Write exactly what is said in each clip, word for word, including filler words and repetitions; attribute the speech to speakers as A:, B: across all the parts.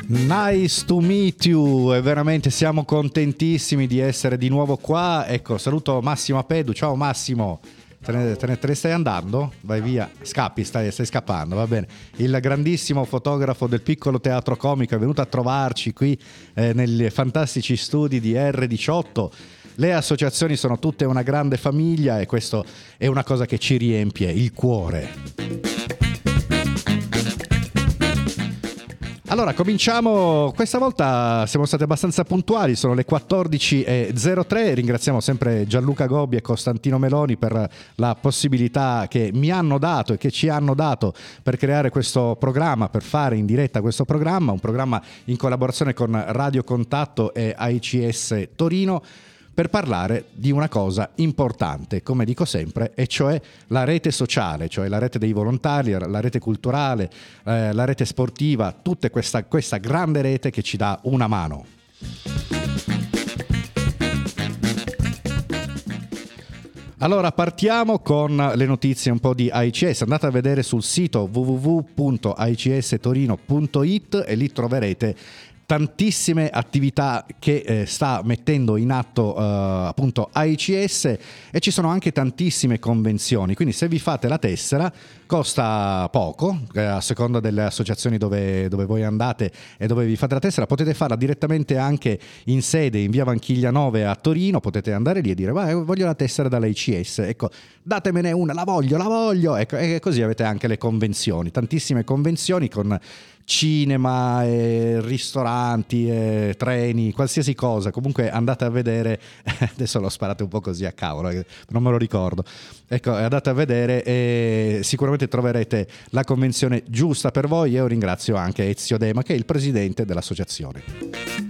A: Nice to meet you, e veramente siamo contentissimi di essere di nuovo qua. Ecco, saluto Massimo Apedu. Ciao Massimo, te ne, te ne, te ne stai andando? Vai via, scappi, stai, stai scappando, va bene. Il grandissimo fotografo del Piccolo Teatro Comico è venuto a trovarci qui eh, nei fantastici studi di erre diciotto. Le associazioni sono tutte una grande famiglia e questo è una cosa che ci riempie il cuore. Allora, cominciamo. Questa volta siamo stati abbastanza puntuali, sono le quattordici e zero tre. Ringraziamo sempre Gianluca Gobbi e Costantino Meloni per la possibilità che mi hanno dato e che ci hanno dato per creare questo programma, per fare in diretta questo programma, un programma in collaborazione con Radio Contatto e A I C S Torino, per parlare di una cosa importante, come dico sempre, e cioè la rete sociale, cioè la rete dei volontari, la rete culturale, eh, la rete sportiva, tutta questa, questa grande rete che ci dà una mano. Allora, partiamo con le notizie un po' di A I C S. Andate a vedere sul sito w w w punto a i c s torino punto i t e lì troverete tantissime attività che eh, sta mettendo in atto eh, appunto A I C S, e ci sono anche tantissime convenzioni, quindi se vi fate la tessera costa poco, eh, a seconda delle associazioni dove, dove voi andate e dove vi fate la tessera. Potete farla direttamente anche in sede in via Vanchiglia nove a Torino, potete andare lì e dire "Ma voglio la tessera dall'A I C S, ecco, datemene una, la voglio, la voglio", ecco, e così avete anche le convenzioni, tantissime convenzioni con cinema, e ristoranti, e treni, qualsiasi cosa. Comunque andate a vedere, adesso l'ho sparato un po' così a cavolo, non me lo ricordo, ecco, andate a vedere e sicuramente troverete la convenzione giusta per voi. Io ringrazio anche Ezio Dema, che è il presidente dell'associazione.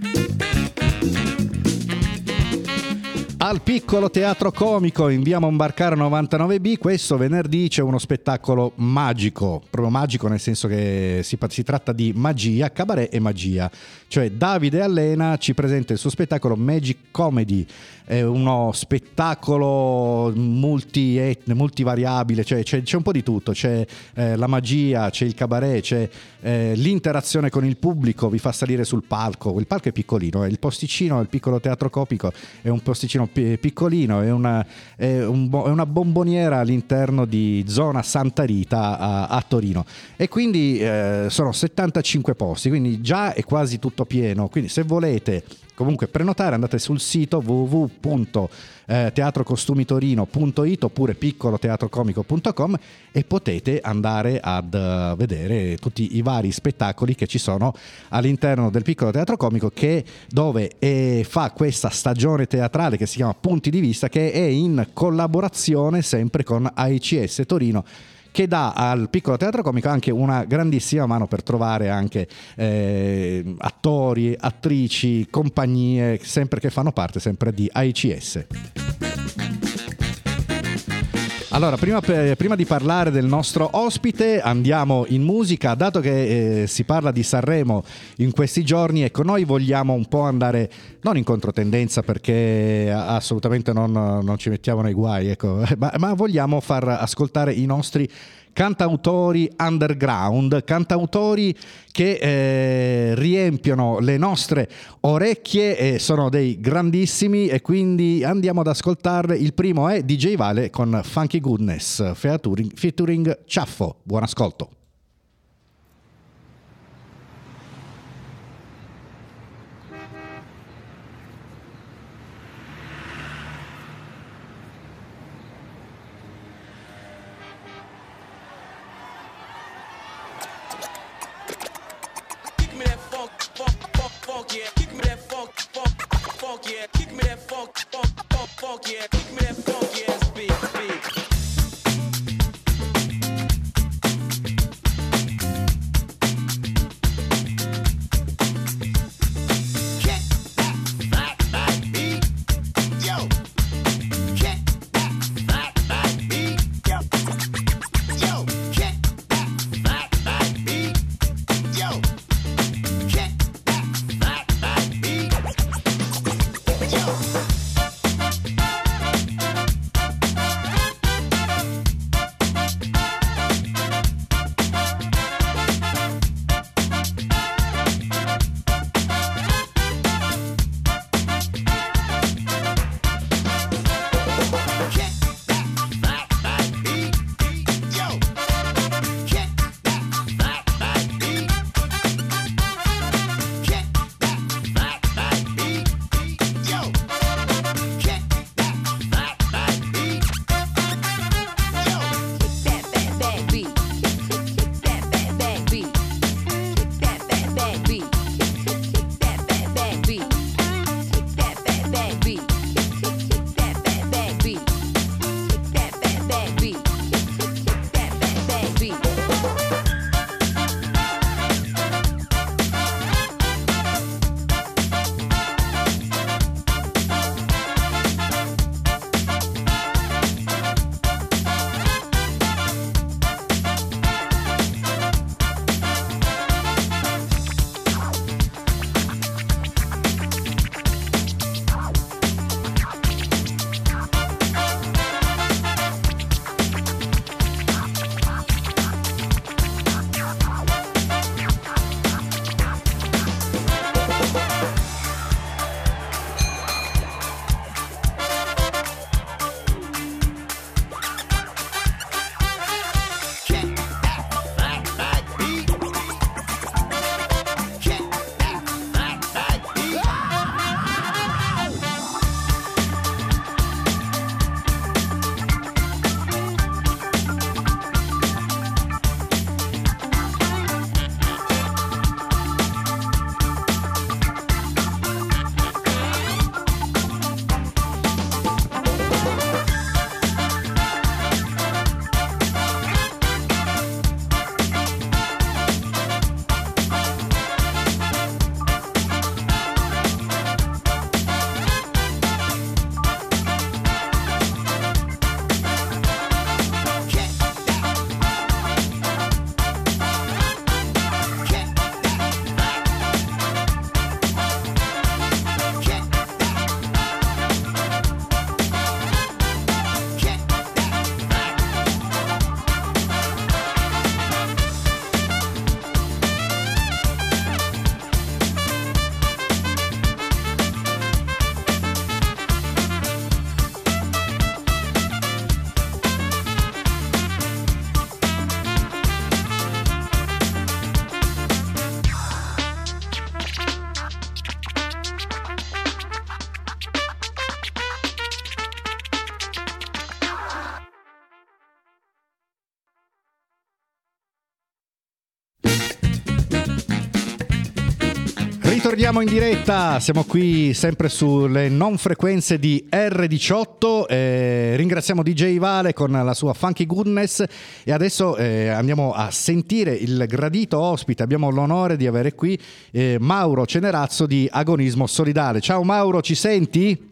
A: Al Piccolo Teatro Comico in via Monbarcaro novantanove B questo venerdì c'è uno spettacolo magico, proprio magico nel senso che si, si tratta di magia, cabaret e magia, cioè Davide Allena ci presenta il suo spettacolo Magic Comedy, è uno spettacolo multi multivariabile, cioè c'è, c'è un po' di tutto, c'è eh, la magia, c'è il cabaret, c'è eh, l'interazione con il pubblico, vi fa salire sul palco, il palco è piccolino, eh, il posticino del Piccolo Teatro Comico è un posticino piccolino, è una, è, un, è una bomboniera all'interno di zona Santa Rita a, a Torino, e quindi eh, sono settantacinque posti, quindi già è quasi tutto pieno. Quindi se volete comunque prenotare andate sul sito w w w punto teatro costumi torino punto i t oppure piccolo teatro comico punto com e potete andare ad uh, vedere tutti i vari spettacoli che ci sono all'interno del Piccolo Teatro Comico, che dove è, fa questa stagione teatrale che si chiama Punti di Vista, che è in collaborazione sempre con A I C S Torino, che dà al Piccolo Teatro Comico anche una grandissima mano per trovare anche eh, attori, attrici, compagnie, sempre che fanno parte sempre di A I C S. Allora, prima, prima di parlare del nostro ospite andiamo in musica, dato che eh, si parla di Sanremo in questi giorni. Ecco, noi vogliamo un po' andare non in controtendenza, perché assolutamente non, non ci mettiamo nei guai, ecco, ma, ma vogliamo far ascoltare i nostri cantautori underground, cantautori che eh, riempiono le nostre orecchie e sono dei grandissimi, e quindi andiamo ad ascoltarle. Il primo è D J Vale con Funky Goodness featuring, featuring Ciaffo. Buon ascolto.
B: Yeah, kick me that funk, funk, funk, yeah. Kick me that funk, funk, funk, funk, yeah. Kick me that funk, yeah. Speak, speak.
C: Yo.
A: Ritorniamo in diretta, siamo qui sempre sulle non frequenze di erre diciotto, eh, ringraziamo D J Vale con la sua Funky Goodness e adesso eh, andiamo a sentire il gradito ospite, abbiamo l'onore di avere qui eh, Mauro Cenerazzo di Agonismo Solidale. Ciao Mauro, ci senti?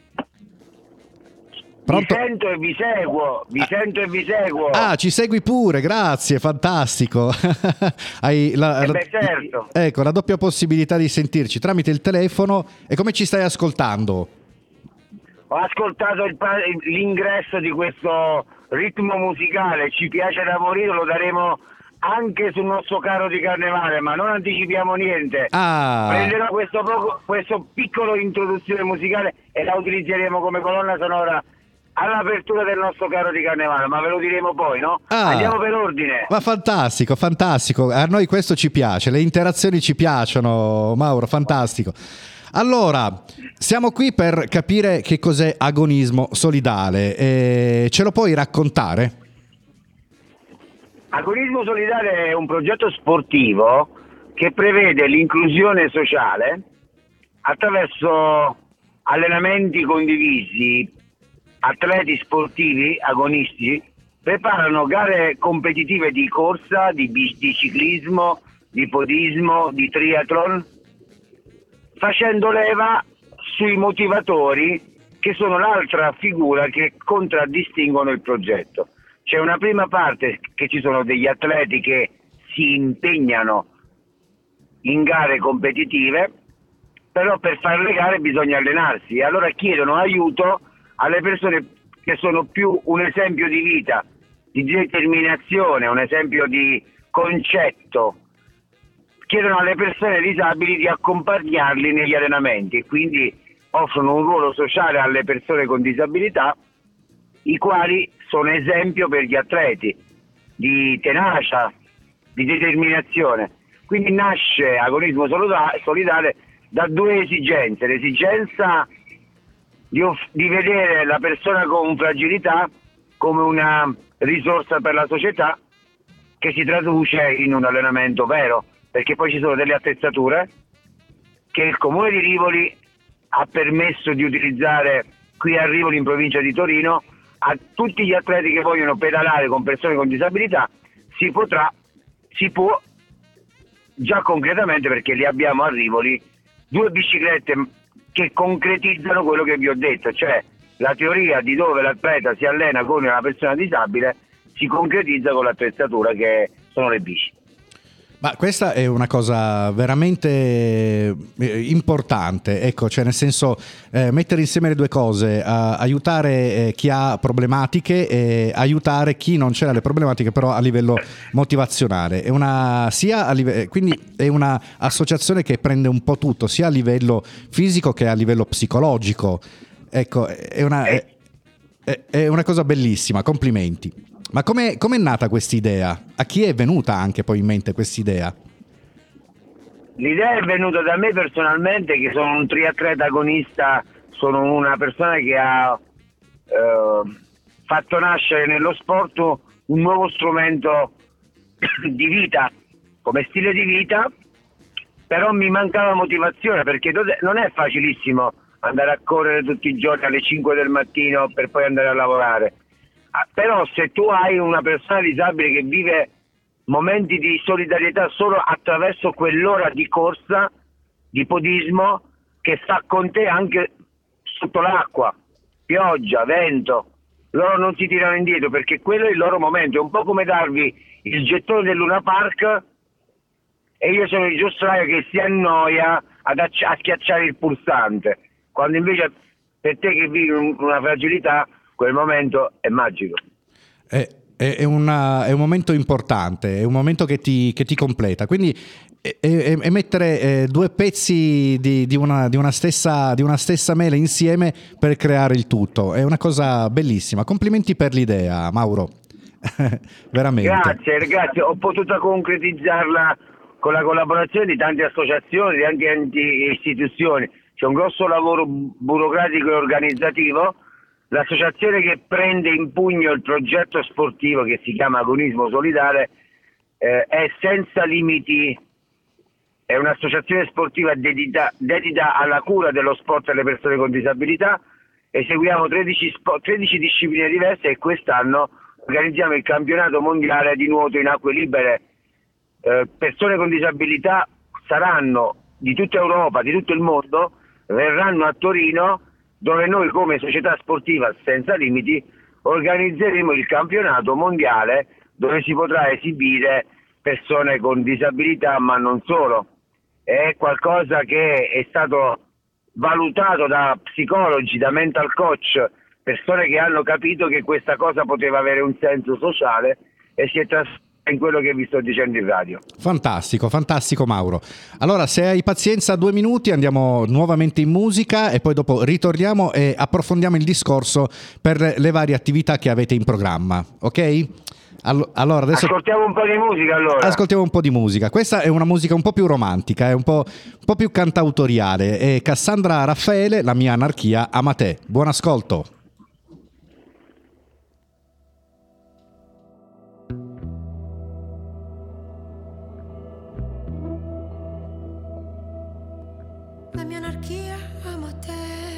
A: Pronto?
C: Vi sento e vi seguo, vi sento e vi seguo.
A: Ah, ci segui pure, grazie, fantastico. Hai la,
C: Eh
A: la-
C: beh, certo.
A: Ecco, la doppia possibilità di sentirci tramite il telefono. E come ci stai ascoltando?
C: Ho ascoltato il pa- l'ingresso di questo ritmo musicale, ci piace da morire, lo daremo anche sul nostro carro di carnevale, ma non anticipiamo niente.
A: Ah,
C: Prenderò questo, poco, questo piccolo introduzione musicale e la utilizzeremo come colonna sonora all'apertura del nostro carro di carnevale, ma ve lo diremo poi, no?
A: Ah.
C: Andiamo per ordine.
A: ma fantastico, fantastico. A noi questo ci piace, le interazioni ci piacciono, Mauro, fantastico. Allora, siamo qui per capire che cos'è agonismo solidale. Eh, ce lo puoi raccontare?
C: Agonismo Solidale è un progetto sportivo che prevede l'inclusione sociale attraverso allenamenti condivisi. Atleti sportivi agonisti preparano gare competitive di corsa, di, bi- di ciclismo, di podismo, di triathlon, facendo leva sui motivatori che sono l'altra figura che contraddistinguono il progetto. C'è una prima parte che ci sono degli atleti che si impegnano in gare competitive, però per fare le gare bisogna allenarsi e allora chiedono aiuto alle persone che sono più un esempio di vita, di determinazione, un esempio di concetto. Chiedono alle persone disabili di accompagnarli negli allenamenti e quindi offrono un ruolo sociale alle persone con disabilità, i quali sono esempio per gli atleti di tenacia, di determinazione. Quindi nasce Agonismo Solida- Solidale da due esigenze: l'esigenza di, off- di vedere la persona con fragilità come una risorsa per la società che si traduce in un allenamento vero, perché poi ci sono delle attrezzature che il comune di Rivoli ha permesso di utilizzare qui a Rivoli in provincia di Torino a tutti gli atleti che vogliono pedalare con persone con disabilità. Si potrà, si può già concretamente, perché li abbiamo a Rivoli, due biciclette che concretizzano quello che vi ho detto, cioè la teoria di dove l'atleta si allena con una persona disabile si concretizza con l'attrezzatura che sono le bici.
A: Ma questa è una cosa veramente eh, importante, ecco, cioè nel senso eh, mettere insieme le due cose, a- aiutare eh, chi ha problematiche e aiutare chi non ce l'ha le problematiche però a livello motivazionale. È una, sia a live- quindi è una associazione che prende un po' tutto, sia a livello fisico che a livello psicologico. Ecco, è una, è, è- è una cosa bellissima, complimenti. Ma come è nata questa idea? A chi è venuta anche poi in mente questa idea?
C: L'idea è venuta da me personalmente, che sono un triatleta agonista, sono una persona che ha eh, fatto nascere nello sport un nuovo strumento di vita, come stile di vita, però mi mancava motivazione, perché non è facilissimo andare a correre tutti i giorni alle cinque del mattino per poi andare a lavorare. Ah, però se tu hai una persona disabile che vive momenti di solidarietà solo attraverso quell'ora di corsa, di podismo, che sta con te anche sotto l'acqua, pioggia, vento, loro non si tirano indietro perché quello è il loro momento. È un po' come darvi il gettone del Luna Park e io sono il giostraio che si annoia ad acci- a schiacciare il pulsante, quando invece per te che vivi un- una fragilità quel momento è magico.
A: È, è- è una- è un momento importante, è un momento che ti, che ti completa. Quindi è, è- è mettere eh, due pezzi di, di una, di una stessa, di una stessa mela insieme per creare il tutto. È una cosa bellissima. Complimenti per l'idea, Mauro. Veramente.
C: Grazie, grazie. Ho potuto concretizzarla con la collaborazione di tante associazioni, di tante istituzioni. C'è un grosso lavoro burocratico e organizzativo. L'associazione che prende in pugno il progetto sportivo, che si chiama Agonismo Solidale, eh, è senza limiti è un'associazione sportiva dedita, dedita alla cura dello sport delle persone con disabilità. Eseguiamo tredici, spo- tredici discipline diverse e quest'anno organizziamo il campionato mondiale di nuoto in acque libere. Eh, persone con disabilità saranno di tutta Europa, di tutto il mondo, verranno a Torino, dove noi come società sportiva Senza Limiti organizzeremo il campionato mondiale dove si potrà esibire persone con disabilità, ma non solo. È qualcosa che è stato valutato da psicologi, da mental coach, persone che hanno capito che questa cosa poteva avere un senso sociale e si è trasformata in quello che vi sto dicendo in radio.
A: Fantastico, fantastico Mauro. Allora, se hai pazienza, due minuti, andiamo nuovamente in musica e poi dopo ritorniamo e approfondiamo il discorso per le varie attività che avete in programma, ok? All- allora adesso
C: ascoltiamo un po' di musica allora.
A: Ascoltiamo un po' di musica. Questa è una musica un po' più romantica, è un po', un po' più cantautoriale. È Cassandra Raffaele, La mia anarchia ama te. Buon ascolto.
D: La mia anarchia ama te.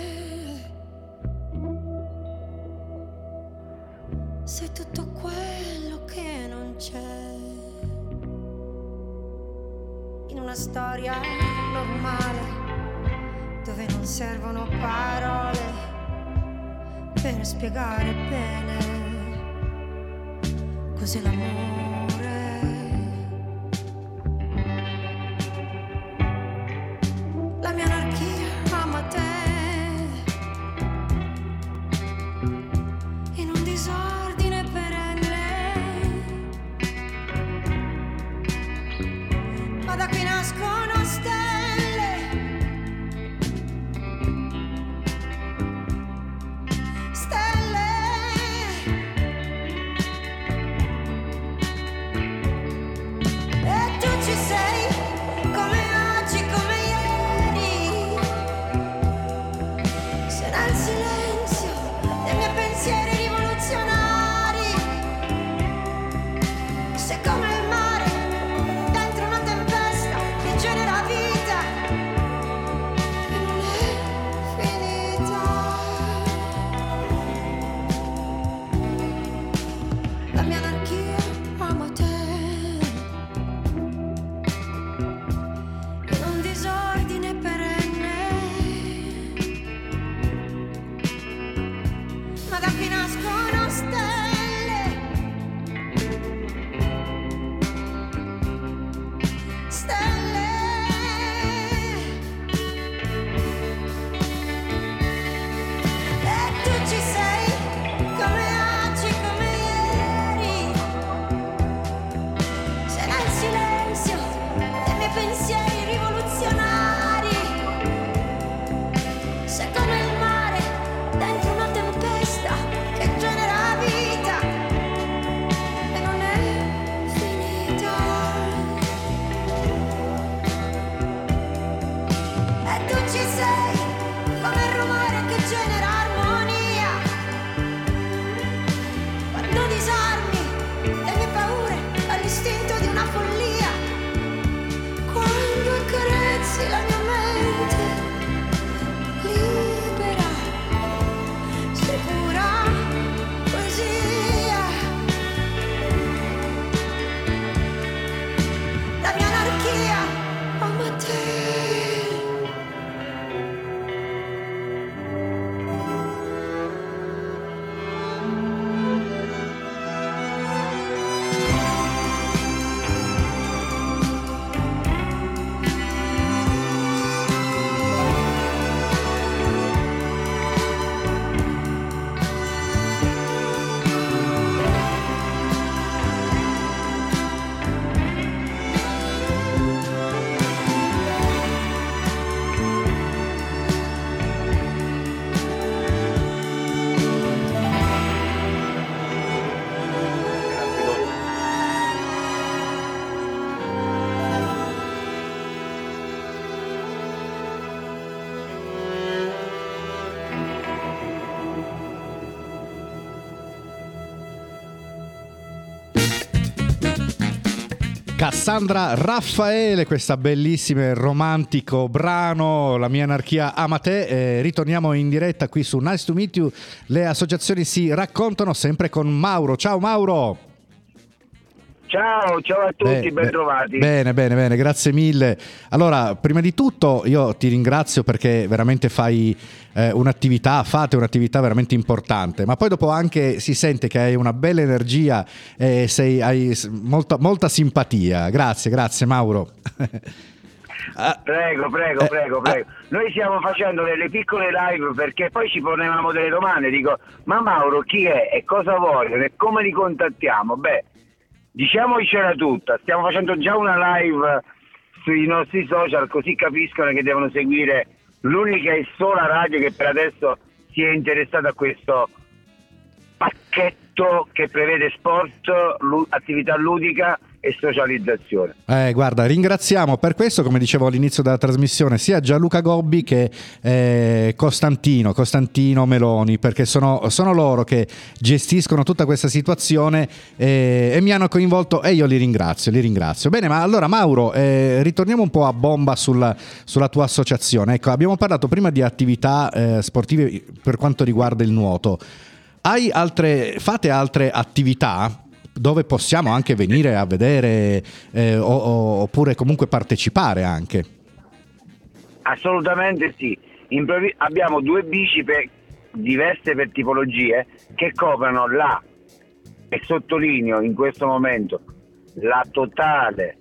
D: Sei tutto quello che non c'è in una storia normale dove non servono parole per spiegare bene cos'è l'amore. La mia anarchia ama te in un disordine perenne, ma da qui nascono stelle, stelle
A: Cassandra Raffaele, questa bellissima e romantico brano, La mia anarchia ama te. Eh, ritorniamo in diretta qui su Nice to Meet You. Le associazioni si raccontano, sempre con Mauro. Ciao Mauro.
C: Ciao, ciao a tutti,
A: Beh,
C: ben trovati.
A: Bene, bene, bene, grazie mille. Allora, prima di tutto io ti ringrazio perché veramente fai eh, un'attività, fate un'attività veramente importante, ma poi dopo anche si sente che hai una bella energia e sei, hai molta, molta simpatia. Grazie, grazie Mauro.
C: Prego, prego,
A: Eh,
C: prego, prego. Noi stiamo facendo delle piccole live perché poi ci ponevamo delle domande, dico, ma Mauro chi è e cosa vogliono e come li contattiamo? Beh, diciamocela tutta, stiamo facendo già una live sui nostri social così capiscono che devono seguire l'unica e sola radio che per adesso si è interessata a questo pacchetto che prevede sport, lu- attività ludica e socializzazione.
A: Eh, guarda, ringraziamo per questo, come dicevo all'inizio della trasmissione, sia Gianluca Gobbi che eh, Costantino, Costantino Meloni, perché sono, sono loro che gestiscono tutta questa situazione eh, e mi hanno coinvolto e io li ringrazio, li ringrazio. Bene, ma allora Mauro, eh, ritorniamo un po' a bomba sulla, sulla tua associazione. Ecco, abbiamo parlato prima di attività eh, sportive per quanto riguarda il nuoto. Hai altre, fate altre attività dove possiamo anche venire a vedere eh, o, o, oppure comunque partecipare anche?
C: Assolutamente sì. In provi- abbiamo due bici per, diverse per tipologie che coprono la, e sottolineo in questo momento, la totale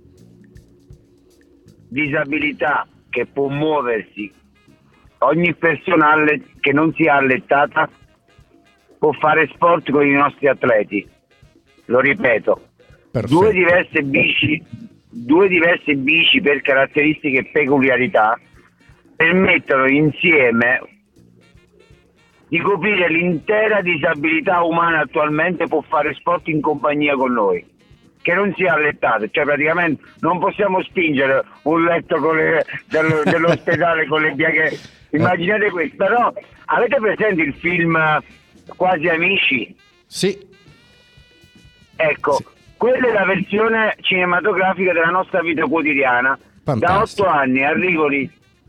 C: disabilità che può muoversi. Ogni persona alle- che non sia allettata può fare sport con i nostri atleti. Lo ripeto,
A: Perfetto.
C: due diverse bici, due diverse bici per caratteristiche e peculiarità permettono insieme di coprire l'intera disabilità umana attualmente, può fare sport in compagnia con noi, che non sia allettato, cioè praticamente non possiamo spingere un letto con le, dello, dell'ospedale con le bianche. Immaginate questo, però avete presente il film Quasi Amici?
A: Sì.
C: Ecco,
A: Sì.
C: quella è la versione cinematografica della nostra vita quotidiana.
A: Fantastico.
C: Da otto anni a Rivoli,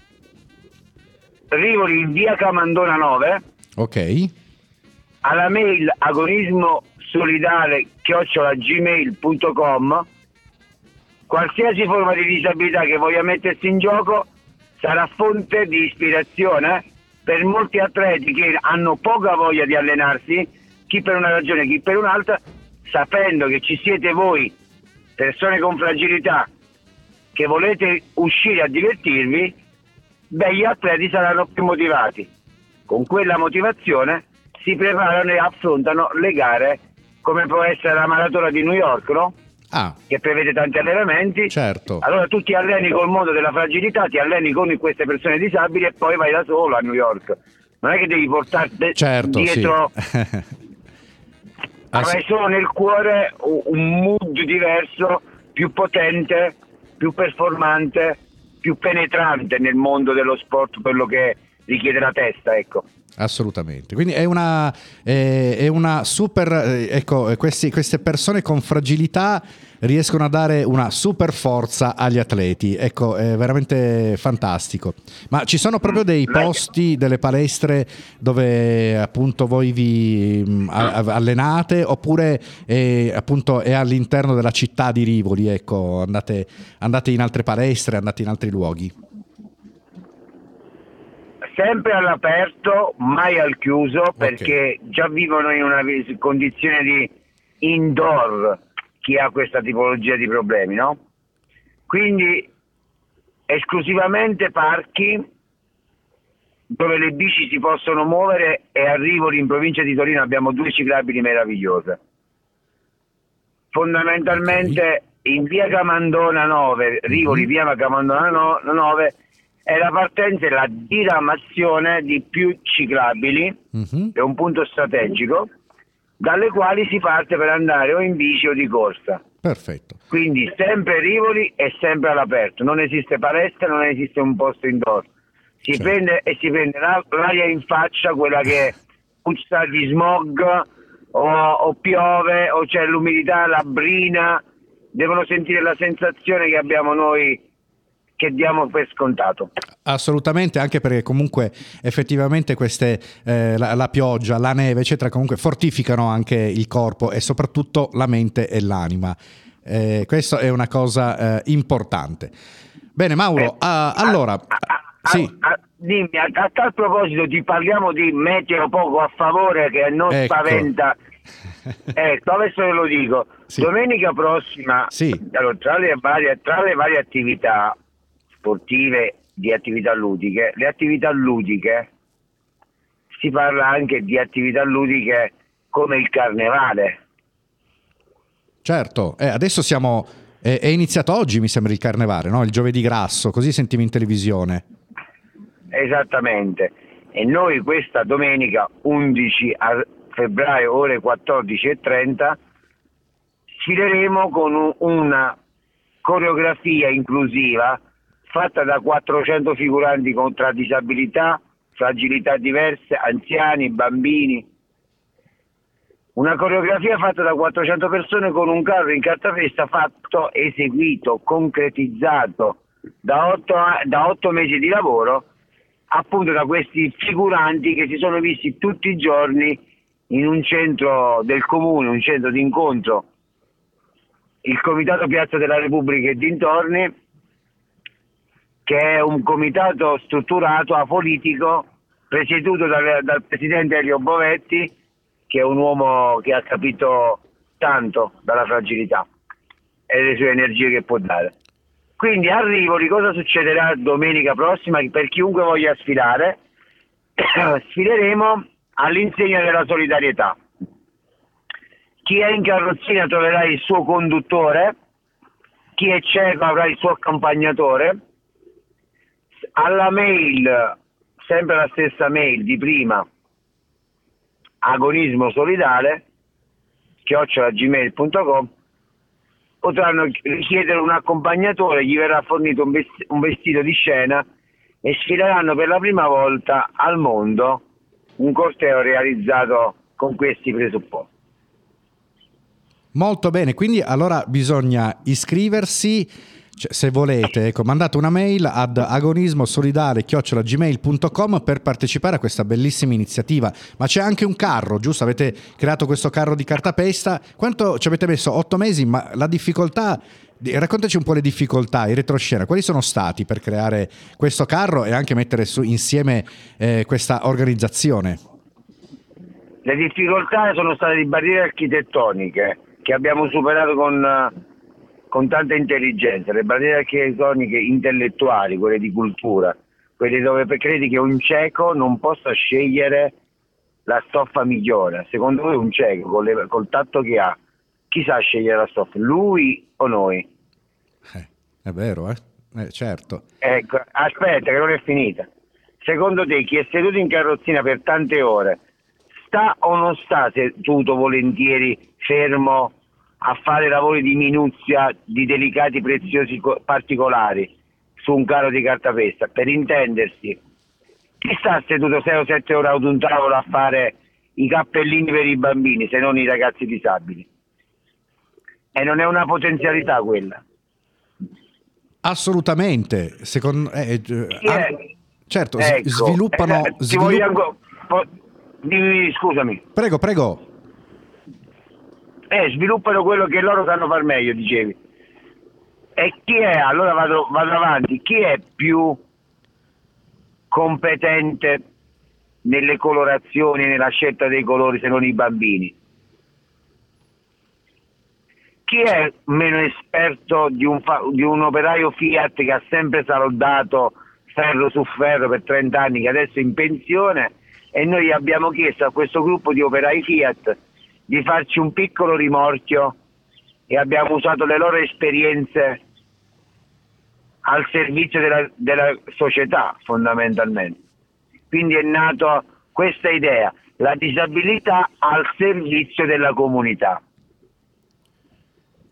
C: Rivoli in via Camandona nove,
A: Ok.
C: alla mail agonismo solidale chiocciola gmail punto com. Qualsiasi forma di disabilità che voglia mettersi in gioco sarà fonte di ispirazione per molti atleti che hanno poca voglia di allenarsi, chi per una ragione, chi per un'altra, sapendo che ci siete voi, persone con fragilità, che volete uscire a divertirvi, beh, gli atleti saranno più motivati. Con quella motivazione si preparano e affrontano le gare, come può essere la maratona di New York, no?
A: Ah,
C: Che prevede tanti allenamenti.
A: certo.
C: Allora tu ti alleni col mondo della fragilità, ti alleni con queste persone disabili e poi vai da solo a New York. Non è che devi portarti
A: Certo,
C: dietro,
A: sì.
C: avrai solo nel cuore un- un mood diverso, più potente, più performante, più penetrante nel mondo dello sport, quello che richiede la testa, ecco.
A: Assolutamente, quindi è una, è, è una super, eh, ecco, questi, queste persone con fragilità riescono a dare una super forza agli atleti, ecco, è veramente fantastico. Ma ci sono proprio dei posti, delle palestre dove appunto voi vi mh, a- a- allenate, oppure è, appunto è all'interno della città di Rivoli, ecco, andate, andate in altre palestre, andate in altri luoghi?
C: Sempre all'aperto, mai al chiuso, perché già vivono in una vis- condizione di indoor chi ha questa tipologia di problemi, no? Quindi esclusivamente parchi dove le bici si possono muovere, e a Rivoli in provincia di Torino abbiamo due ciclabili meravigliose. Fondamentalmente in via Camandona nove, Rivoli via Camandona no- nove, è la partenza e la diramazione di più ciclabili,
A: Mhm.
C: è un punto strategico, dalle quali si parte per andare o in bici o di corsa.
A: Perfetto.
C: Quindi sempre Rivoli e sempre all'aperto, non esiste palestra, non esiste un posto indoor. Si
A: Certo.
C: prende e si prende la- l'aria in faccia, quella che puzza di smog o, o piove o c'è l'umidità, la brina, devono sentire la sensazione che abbiamo noi, che diamo per scontato.
A: Assolutamente, anche perché comunque effettivamente queste eh, la, la pioggia, la neve eccetera comunque fortificano anche il corpo e soprattutto la mente e l'anima. Eh, questo è una cosa eh, importante. Bene Mauro,
C: Eh,
A: ah, allora
C: a- a-
A: sì,
C: a- a- dimmi, a, a tal proposito ti parliamo di meteo poco a favore che non
A: ecco.
C: spaventa. Ecco, adesso ve lo dico.
A: Sì.
C: Domenica prossima,
A: Sì.
C: allora, tra, le varie, tra le varie attività sportive, di attività ludiche, le attività ludiche, si parla anche di attività ludiche come il carnevale.
A: Certo, eh, adesso siamo è, è iniziato oggi mi sembra il carnevale, no? Il giovedì grasso, così sentivo in televisione.
C: Esattamente. E noi questa domenica undici a febbraio ore quattordici e trenta sfileremo con un- una coreografia inclusiva fatta da quattrocento figuranti con tra disabilità, fragilità diverse, anziani, bambini. Una coreografia fatta da quattrocento persone con un carro in cartapesta fatto, eseguito, concretizzato da otto, da otto mesi di lavoro, appunto da questi figuranti che si sono visti tutti i giorni in un centro del comune, un centro di incontro, il Comitato Piazza della Repubblica e dintorni, che è un comitato strutturato apolitico, presieduto dal, dal presidente Elio Bovetti, che è un uomo che ha capito tanto dalla fragilità e delle sue energie che può dare. Quindi a Rivoli cosa succederà domenica prossima? Per chiunque voglia sfilare, sfileremo all'insegna della solidarietà. Chi è in carrozzina troverà il suo conduttore, chi è cieco avrà il suo accompagnatore. Alla mail, sempre la stessa mail di prima, agonismo solidale chiocciola gmail punto com, potranno richiedere un accompagnatore, gli verrà fornito un vest- un vestito di scena e sfileranno per la prima volta al mondo un corteo realizzato con questi presupposti.
A: Molto bene, quindi allora bisogna iscriversi, cioè, se volete, ecco, mandate una mail ad agonismosolidale chiocciola gmail punto com per partecipare a questa bellissima iniziativa. Ma c'è anche un carro, giusto? Avete creato questo carro di cartapesta. Quanto ci avete messo? Otto mesi, ma la difficoltà, raccontaci un po' le difficoltà, in retroscena, quali sono stati per creare questo carro e anche mettere su insieme eh, questa organizzazione?
C: Le difficoltà sono state di barriere architettoniche che abbiamo superato con, con tanta intelligenza, le barriere architettoniche intellettuali, quelle di cultura, quelle dove credi che un cieco non possa scegliere la stoffa migliore. Secondo voi un cieco, con le, col tatto che ha, chi sa scegliere la stoffa, lui o noi?
A: Eh, è vero, eh? Eh, certo.
C: Ecco, aspetta che non è finita. Secondo te chi è seduto in carrozzina per tante ore sta o non sta seduto volentieri fermo a fare lavori di minuzia, di delicati preziosi co- particolari su un carro di cartapesta? Per intendersi, chi sta seduto sei o sette ore ad un tavolo a fare i cappellini per i bambini se non i ragazzi disabili? E non è una potenzialità quella?
A: Assolutamente, secondo eh, eh,
C: Chi è?
A: an- certo, s-
C: Ecco,
A: sviluppano,
C: eh, ti
A: svilupp-
C: voglio ancora- po- dimmi, scusami.
A: Prego, prego.
C: Eh, sviluppano quello che loro sanno far meglio, dicevi. E chi è? Allora vado, vado avanti. Chi è più competente nelle colorazioni, nella scelta dei colori, se non i bambini? Chi è meno esperto di un, fa- di un operaio Fiat che ha sempre saldato ferro su ferro per trenta anni, che adesso è in pensione, e noi abbiamo chiesto a questo gruppo di operai Fiat di farci un piccolo rimorchio e abbiamo usato le loro esperienze al servizio della, della società, fondamentalmente. Quindi è nata questa idea, la disabilità al servizio della comunità.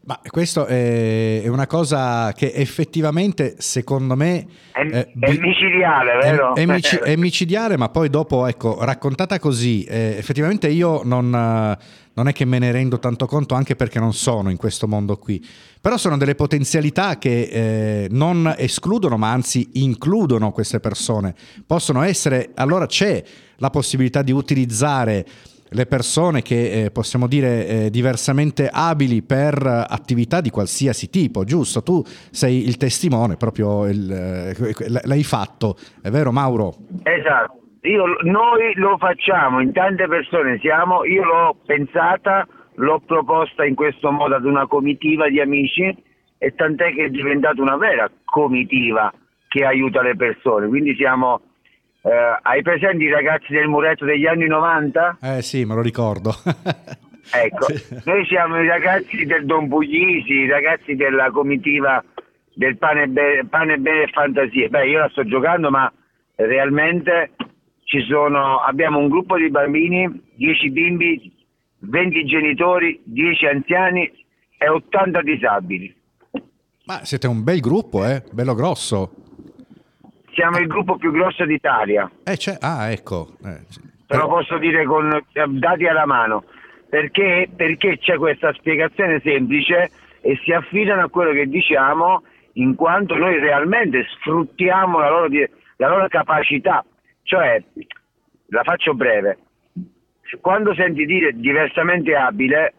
A: Ma questo è, è una cosa che effettivamente, secondo me,
C: È,
A: eh,
C: è
A: bi-
C: micidiale,
A: è,
C: vero?
A: è mici- è micidiale, ma poi dopo, ecco, raccontata così, eh, effettivamente io non, eh, non è che me ne rendo tanto conto, anche perché non sono in questo mondo qui. Però sono delle potenzialità che eh, non escludono, ma anzi includono queste persone. Possono essere, allora c'è la possibilità di utilizzare le persone che eh, possiamo dire eh, diversamente abili per eh, attività di qualsiasi tipo, giusto? Tu sei il testimone, proprio il, eh, l- l'hai fatto, è vero Mauro?
C: Esatto. Io, noi lo facciamo, in tante persone siamo, io l'ho pensata, l'ho proposta in questo modo ad una comitiva di amici, e tant'è che è diventata una vera comitiva che aiuta le persone. Quindi siamo, eh, hai presenti i ragazzi del muretto degli anni novanta?
A: Eh sì, me lo ricordo.
C: Ecco,
A: Sì.
C: noi siamo i ragazzi del Don Puglisi, i ragazzi della comitiva del pane, be- pane bene e fantasie. Beh, io la sto giocando, ma realmente ci sono, abbiamo un gruppo di bambini, dieci bimbi, venti genitori, dieci anziani e ottanta disabili.
A: Ma siete un bel gruppo, eh? Bello grosso.
C: Siamo il gruppo più grosso d'Italia,
A: Eh, c'è... Ah, ecco. Eh, sì.
C: te lo posso dire con eh, dati alla mano, perché, perché c'è questa spiegazione semplice e si affidano a quello che diciamo, in quanto noi realmente sfruttiamo la loro, di- la loro capacità. Cioè, la faccio breve, quando senti dire diversamente abile,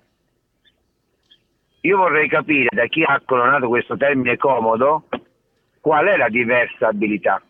C: io vorrei capire da chi ha colonato questo termine comodo qual è la diversa abilità.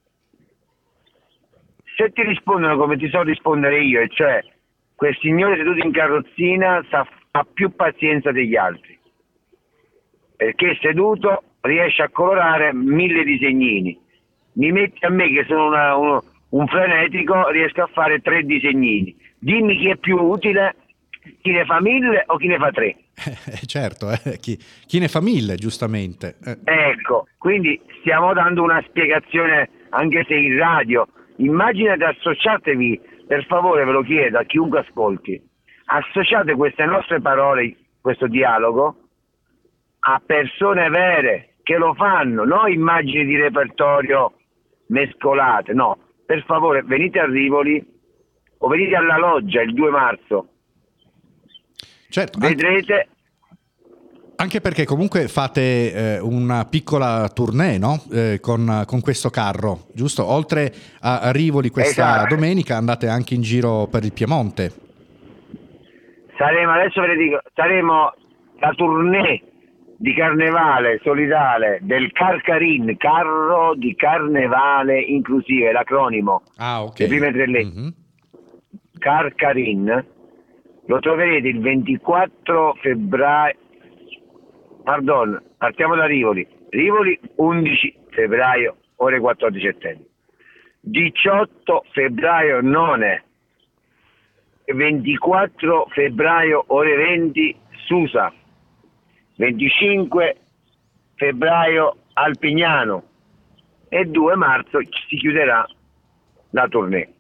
C: Se ti rispondono come ti so rispondere io, e cioè quel signore seduto in carrozzina sa, ha più pazienza degli altri, perché seduto riesce a colorare mille disegnini. Mi metti a me che sono una- uno- un frenetico, riesco a fare tre disegnini. Dimmi chi è più utile, chi ne fa mille o chi ne fa tre.
A: Eh, certo, eh, chi, chi ne fa mille, giustamente. Eh,
C: Ecco, quindi stiamo dando una spiegazione anche se in radio. Immaginate, associatevi, per favore ve lo chiedo a chiunque ascolti, associate queste nostre parole, questo dialogo, a persone vere che lo fanno, non immagini di repertorio mescolate, no. Per favore venite a Rivoli o venite alla Loggia il due marzo,
A: certo, anche,
C: vedrete.
A: anche perché comunque fate eh, una piccola tournée, no? Eh, con, con questo carro, giusto? Oltre a, a Rivoli questa
C: Esatto.
A: domenica andate anche in giro per il Piemonte.
C: Saremo, adesso ve le dico, saremo la tournée di carnevale solidale del Carcarin, carro di carnevale inclusive, l'acronimo,
A: Ah, ok.
C: le prime tre lettere.
A: Mhm.
C: Carcarin, lo troverete il ventiquattro febbraio, pardon, partiamo da Rivoli, Rivoli undici febbraio, ore quattordici e trenta, diciotto febbraio None, ventiquattro febbraio ore venti Susa, venticinque febbraio Alpignano e due marzo si chiuderà la tournée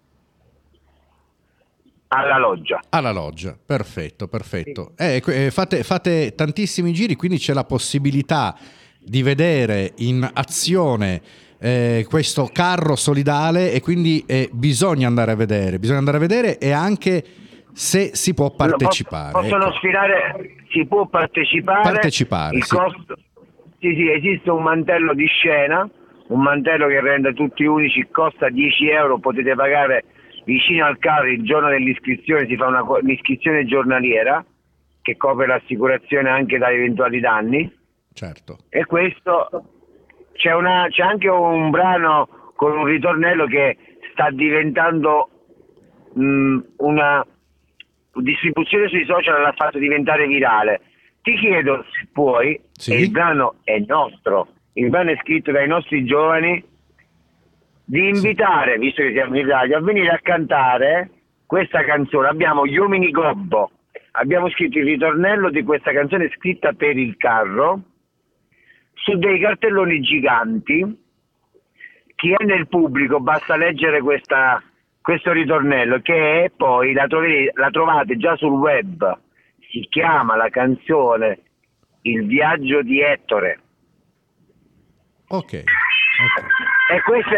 C: alla Loggia.
A: Alla Loggia, perfetto, perfetto. Eh, que- eh, fate, fate tantissimi giri, quindi c'è la possibilità di vedere in azione eh, questo carro solidale, e quindi eh, bisogna andare a vedere, bisogna andare a vedere e anche se si può partecipare.
C: Possono
A: ecco.
C: sfidare, si può partecipare.
A: Partecipare,
C: il
A: sì.
C: costo, sì, sì, esiste un mantello di scena, un mantello che rende tutti unici, costa dieci euro, potete pagare vicino al carro il giorno dell'iscrizione, si fa una, co- un'iscrizione giornaliera che copre l'assicurazione anche da eventuali danni.
A: Certo.
C: E questo c'è, una, c'è anche un brano con un ritornello che sta diventando mh, una distribuzione sui social, l'ha fatto diventare virale. Ti chiedo se puoi,
A: Sì.
C: e il brano è nostro, il brano è scritto dai nostri giovani, di invitare, visto che siamo in radio, a venire a cantare questa canzone. Abbiamo Gli Uomini Gobbo, abbiamo scritto il ritornello di questa canzone scritta per il carro su dei cartelloni giganti. Chi è nel pubblico basta leggere questa, questo ritornello, che è, poi la, trove, la trovate già sul web, si chiama la canzone Il viaggio di Ettore.
A: Ok, ok.
C: E queste...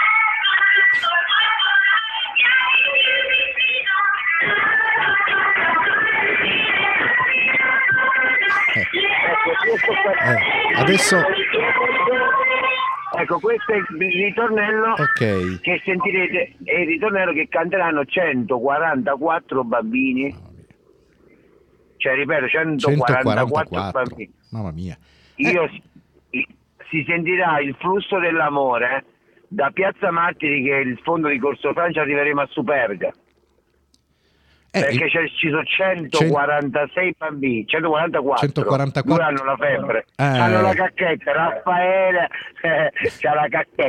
A: Eh,
C: Ecco, questo qua-
A: eh, adesso,
C: ecco, questo è il ritornello
A: ok.
C: che sentirete, è il ritornello che canteranno centoquarantaquattro bambini. Cioè, ripeto, centoquarantaquattro
A: centoquarantaquattro,
C: bambini.
A: mamma mia.
C: Io
A: Eh,
C: si, si sentirà il flusso dell'amore da Piazza Martiri, che è il fondo di Corso Francia, arriveremo a Superga.
A: eh,
C: Perché
A: il-
C: c'è- ci sono centoquarantasei bambini, centoquarantaquattro,
A: centoquarantaquattro.
C: due hanno la febbre,
A: Eh.
C: hanno la cacchetta, Raffaele eh, c'ha la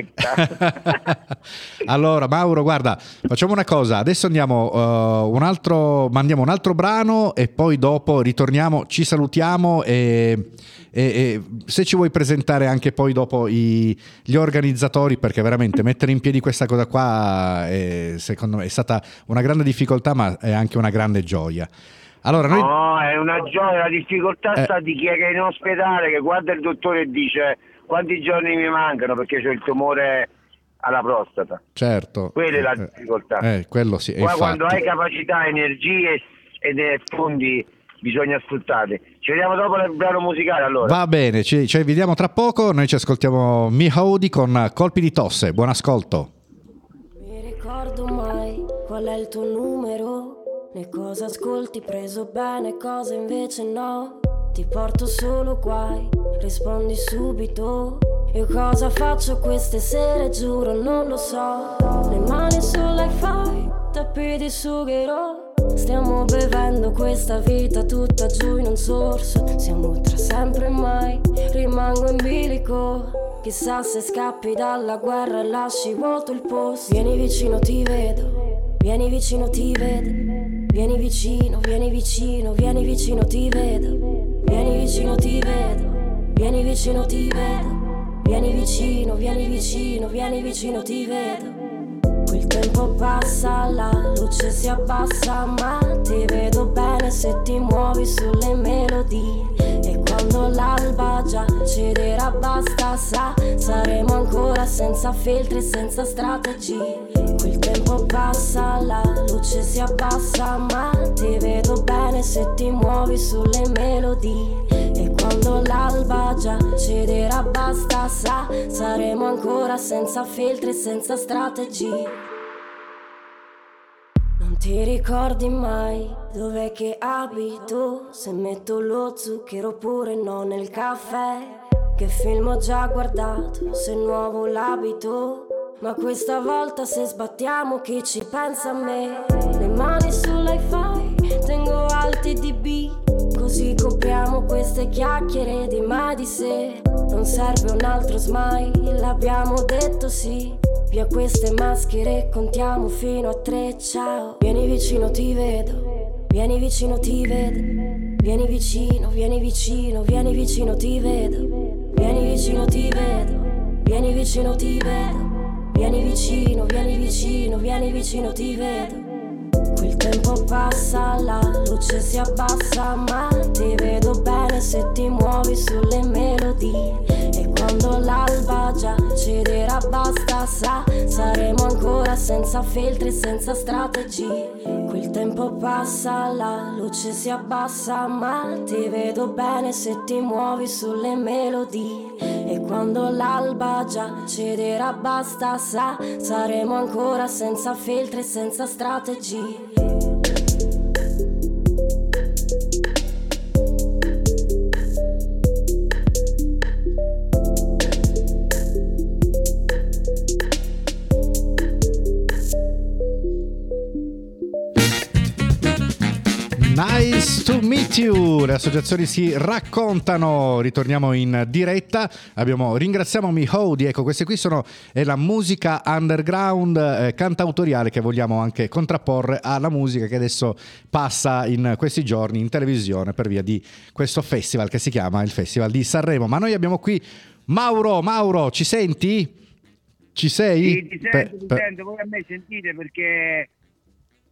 C: cacchetta.
A: Allora Mauro, guarda, facciamo una cosa, adesso andiamo uh, un altro, mandiamo un altro brano e poi dopo ritorniamo, ci salutiamo e, e- e se ci vuoi presentare anche poi dopo i- gli organizzatori, perché veramente mettere in piedi questa cosa qua è, secondo me è stata una grande difficoltà, ma è anche una grande gioia. Allora noi...
C: No, è una gioia, la difficoltà
A: Eh.
C: sta di chi è che è in ospedale, che guarda il dottore e dice quanti giorni mi mancano perché c'ho il tumore alla prostata.
A: Certo.
C: Quella è la
A: Eh,
C: difficoltà.
A: Eh, quello sì, e
C: Poi quando
A: infatti.
C: hai capacità, energie ed e fondi bisogna sfruttarli. Ci vediamo dopo il brano musicale allora.
A: Va bene, ci, ci vediamo tra poco, noi ci ascoltiamo Mi Howdy con Colpi di tosse, buon ascolto.
D: Mi ricordo mai qual è il tuo numero, né cosa ascolti preso bene, cosa invece no. Ti porto solo guai, rispondi subito. Io cosa faccio queste sere, giuro non lo so. Le mani sull'iFi, tappi di sugherò. Stiamo bevendo questa vita tutta giù in un sorso. Siamo tra sempre e mai, rimango in bilico. Chissà se scappi dalla guerra e lasci vuoto il posto. Vieni vicino ti vedo, vieni vicino ti vedo. Vieni vicino, vieni vicino, vieni vicino ti vedo. Vieni vicino ti vedo, vieni vicino ti vedo. Vieni vicino, vieni vicino, vieni vicino ti vedo. Il tempo passa, la luce si abbassa, ma ti vedo bene se ti muovi sulle melodie. E quando l'alba già cederà basta, sa, saremo ancora senza filtri, senza strategie. Il tempo passa, la luce si abbassa, ma ti vedo bene se ti muovi sulle melodie. E quando l'alba già cederà basta, sa, saremo ancora senza filtri, senza strategie. Non ti ricordi mai dov'è che abito, se metto lo zucchero oppure no nel caffè. Che film ho già guardato, se nuovo l'abito. Ma questa volta se sbattiamo chi ci pensa a me. Le mani sull'iFi, tengo alti dB. Così copriamo queste chiacchiere di mai di sé. Non serve un altro smile, l'abbiamo detto sì. Via queste maschere, contiamo fino a tre, ciao. Vieni vicino ti vedo, vieni vicino ti vedo. Vieni vicino, vieni vicino, vieni vicino ti vedo. Vieni vicino ti vedo, vieni vicino ti vedo. Vieni vicino, vieni vicino, vieni vicino ti vedo. Il tempo passa, la luce si abbassa, ma ti vedo bene se ti muovi sulle melodie. E quando l'alba già cederà basta, sa, saremo ancora senza filtri, senza strategie. Quel tempo passa, la luce si abbassa, ma ti vedo bene se ti muovi sulle melodie. E quando l'alba già cederà basta, sa, saremo ancora senza filtri, senza strategie.
A: Nice to meet you. Le associazioni si raccontano. Ritorniamo in diretta. Abbiamo, ringraziamo Mi Howdy. Ecco, queste qui sono è la musica underground eh, cantautoriale che vogliamo anche contrapporre alla musica che adesso passa in questi giorni in televisione per via di questo festival che si chiama il Festival di Sanremo. Ma noi abbiamo qui Mauro. Mauro, ci senti? Ci sei?
C: Sì, ti sento,
A: Per-
C: ti
A: per-
C: sento, voi a me sentite perché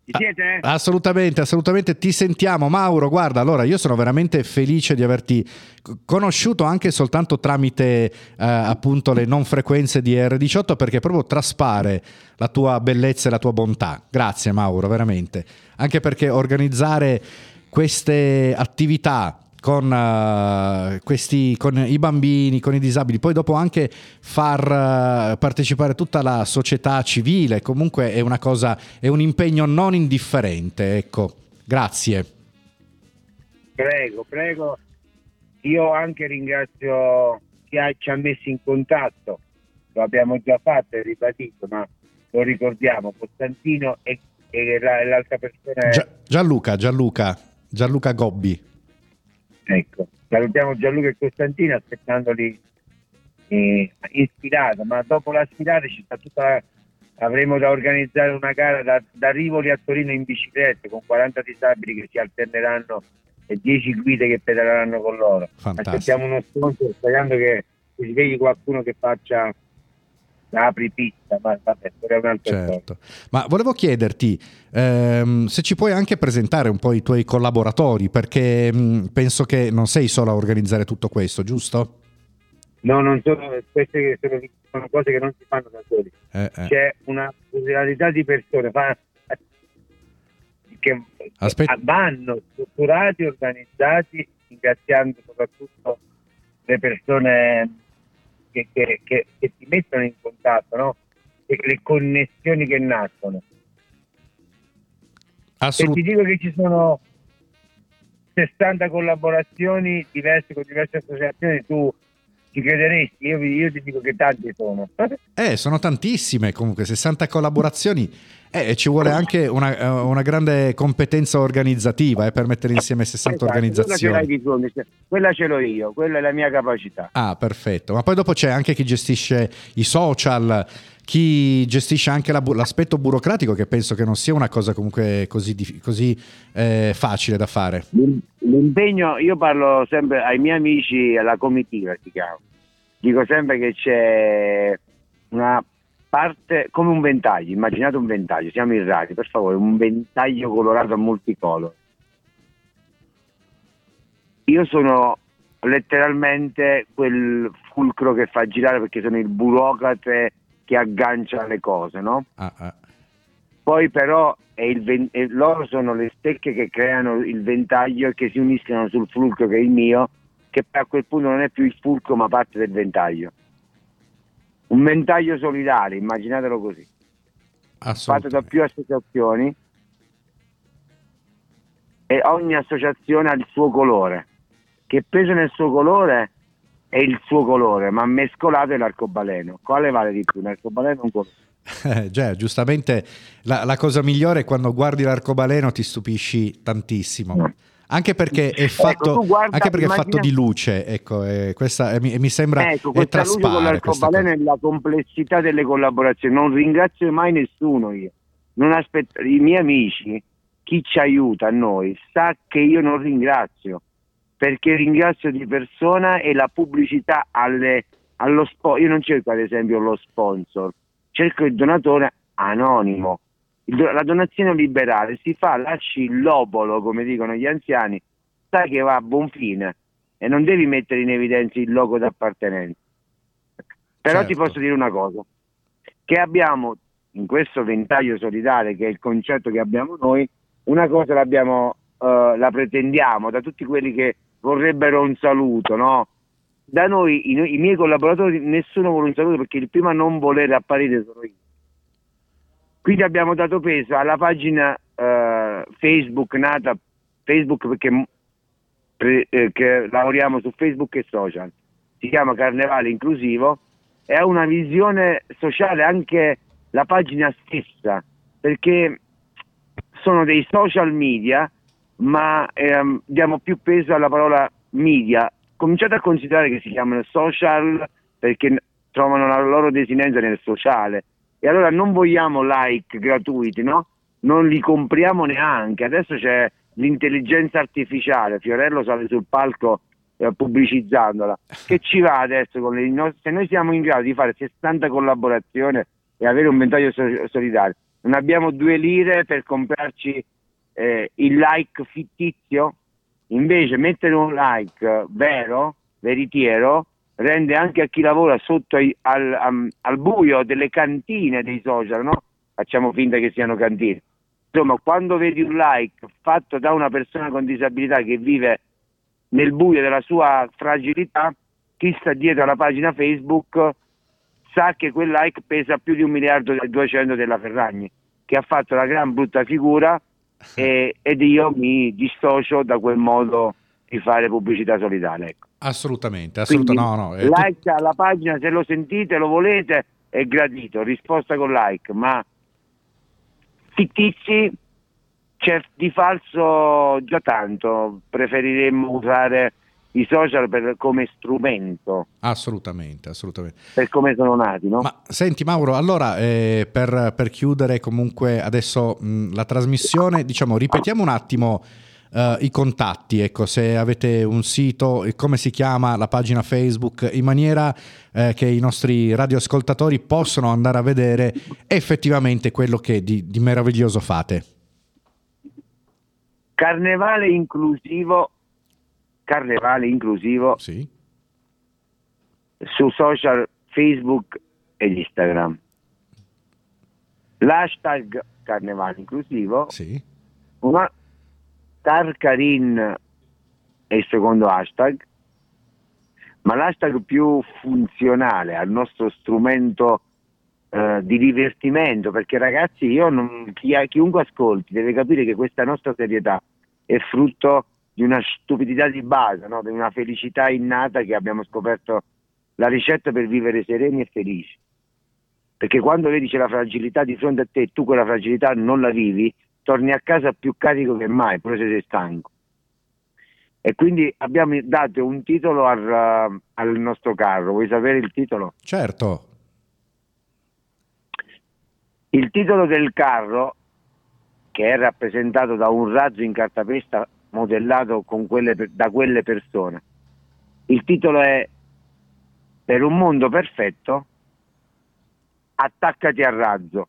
C: Ci siete?
A: Assolutamente, assolutamente, ti sentiamo. Mauro, guarda, allora io sono veramente felice di averti conosciuto anche soltanto tramite eh, appunto le non frequenze di R diciotto, perché proprio traspare la tua bellezza e la tua bontà. Grazie Mauro, veramente. Anche perché organizzare queste attività con uh, questi con i bambini, con i disabili, poi dopo anche far uh, partecipare tutta la società civile, comunque è una cosa, è un impegno non indifferente, ecco. Grazie.
C: Prego, prego. Io anche ringrazio chi ha, ci ha messo in contatto, lo abbiamo già fatto e ribadito, ma lo ricordiamo, Costantino e, e la, l'altra persona è...
A: Gia- Gianluca, Gianluca, Gianluca Gobbi.
C: Ecco, salutiamo Gianluca e Costantino aspettandoli eh, in sfilata, ma dopo la sfilata ci sta tutta, avremo da organizzare una gara da, da Rivoli a Torino in bicicletta con quaranta disabili che si alterneranno e dieci guide che pedaleranno con loro.
A: Fantastico.
C: Aspettiamo uno sponsor sperando che si svegli qualcuno che faccia la apripista, ma vabbè, è un'altra
A: certo. Cosa. Ma volevo chiederti ehm, se ci puoi anche presentare un po' i tuoi collaboratori, perché mh, penso che non sei solo a organizzare tutto questo, giusto?
C: No, non sono, queste sono, sono cose che non si fanno da soli.
A: Eh, eh.
C: C'è una pluralità di persone fa, che
A: Aspetta.
C: vanno strutturati, organizzati, ringraziando soprattutto le persone Che, che, che, che ti mettono in contatto, no? E le connessioni che nascono.
A: Assolut-
C: e ti dico che ci sono sessanta collaborazioni diverse con diverse associazioni, tu ci crederesti? Io, io ti dico che tanti sono.
A: Eh, sono tantissime, comunque sessanta collaborazioni. Eh, ci vuole anche una, una grande competenza organizzativa eh, per mettere insieme sessanta
C: esatto,
A: organizzazioni.
C: Quella ce, l'hai di tu, quella ce l'ho io, quella è la mia capacità.
A: Ah, perfetto. Ma poi dopo c'è anche chi gestisce i social, chi gestisce anche la, l'aspetto burocratico, che penso che non sia una cosa comunque così, così eh, facile da fare.
C: L'impegno, io parlo sempre ai miei amici, alla comitiva si chiama, dico sempre che c'è una parte come un ventaglio, immaginate un ventaglio, siamo in radio, per favore, un ventaglio colorato a multicolor. Io sono letteralmente quel fulcro che fa girare, perché sono il burocrate che aggancia le cose, no?
A: Ah, ah.
C: Poi però è il ven- è, loro sono le stecche che creano il ventaglio e che si uniscono sul fulcro che è il mio, che a quel punto non è più il fulcro ma parte del ventaglio. Un ventaglio solidale, immaginatelo così, fatto da più associazioni, e ogni associazione ha il suo colore, che preso nel suo colore è il suo colore, ma mescolato è l'arcobaleno. Quale vale di più, l'arcobaleno o un colore?
A: Eh, già, giustamente la, la cosa migliore è quando guardi l'arcobaleno ti stupisci tantissimo. No. Anche perché è fatto, ecco, guarda, anche perché immagina... è fatto di luce, ecco, eh, questa, eh, mi, mi sembra
C: ecco, è traspare luce con l'arcobaleno e la complessità delle collaborazioni. Non ringrazio mai nessuno io. Non aspetto, i miei amici, chi ci aiuta a noi, sa che io non ringrazio, perché ringrazio di persona e la pubblicità alle, allo sponsor. Io non cerco ad esempio lo sponsor, cerco il donatore anonimo. La donazione liberale si fa, lasci l'obolo, come dicono gli anziani, sai che va a buon fine e non devi mettere in evidenza il logo d'appartenenza. Però certo. Ti posso dire una cosa, che abbiamo in questo ventaglio solidale, che è il concetto che abbiamo noi, una cosa l'abbiamo, uh, la pretendiamo da tutti quelli che vorrebbero un saluto, no? Da noi, i, i miei collaboratori, nessuno vuole un saluto, perché il primo a non volere apparire sono io. Quindi abbiamo dato peso alla pagina uh, Facebook, nata Facebook perché pre, eh, che lavoriamo su Facebook e social, si chiama Carnevale Inclusivo, e ha una visione sociale anche la pagina stessa, perché sono dei social media, ma ehm, diamo più peso alla parola media. Cominciate a considerare che si chiamano social perché trovano la loro desinenza nel sociale. E allora non vogliamo like gratuiti, no? Non li compriamo neanche. Adesso c'è l'intelligenza artificiale, Fiorello sale sul palco eh, pubblicizzandola. Che ci va adesso con le nostre? Se noi siamo in grado di fare sessanta collaborazioni e avere un ventaglio so- solidale, non abbiamo due lire per comprarci eh, il like fittizio. Invece mettere un like vero, veritiero, rende anche a chi lavora sotto ai, al, am, al buio delle cantine dei social, no? Facciamo finta che siano cantine. Insomma, quando vedi un like fatto da una persona con disabilità che vive nel buio della sua fragilità, chi sta dietro alla pagina Facebook sa che quel like pesa più di un miliardo e duecento della Ferragni, che ha fatto la gran brutta figura, e, ed io mi dissocio da quel modo di fare pubblicità solidale. Ecco.
A: Assolutamente, assolutamente.
C: Quindi,
A: no, no,
C: like
A: tu...
C: alla pagina, se lo sentite, lo volete, è gradito, risposta con like, ma fittizi c'è di falso già tanto, preferiremmo usare i social per, come strumento.
A: Assolutamente, assolutamente.
C: Per come sono nati, no?
A: Ma senti Mauro, allora eh, per, per chiudere comunque adesso mh, la trasmissione, diciamo, ripetiamo un attimo uh, i contatti, ecco, se avete un sito, e come si chiama la pagina Facebook, in maniera eh, che i nostri radioascoltatori possano andare a vedere effettivamente quello che di, di meraviglioso fate.
C: Carnevale inclusivo, carnevale inclusivo
A: Sì.
C: su social Facebook ed Instagram. L'hashtag carnevale inclusivo,
A: Sì.
C: una Tarcarin è il secondo hashtag, ma l'hashtag più funzionale al nostro strumento eh, di divertimento, perché ragazzi, io non, chi, chiunque ascolti deve capire che questa nostra serietà è frutto di una stupidità di base, no? Di una felicità innata che abbiamo scoperto la ricetta per vivere sereni e felici. Perché quando vedi c'è la fragilità di fronte a te e tu quella fragilità non la vivi, torni a casa più carico che mai, pure se sei stanco. E quindi abbiamo dato un titolo al, al nostro carro. Vuoi sapere il titolo?
A: Certo.
C: Il titolo del carro, che è rappresentato da un razzo in cartapesta modellato con quelle, da quelle persone. Il titolo è Per un mondo perfetto, attaccati al razzo.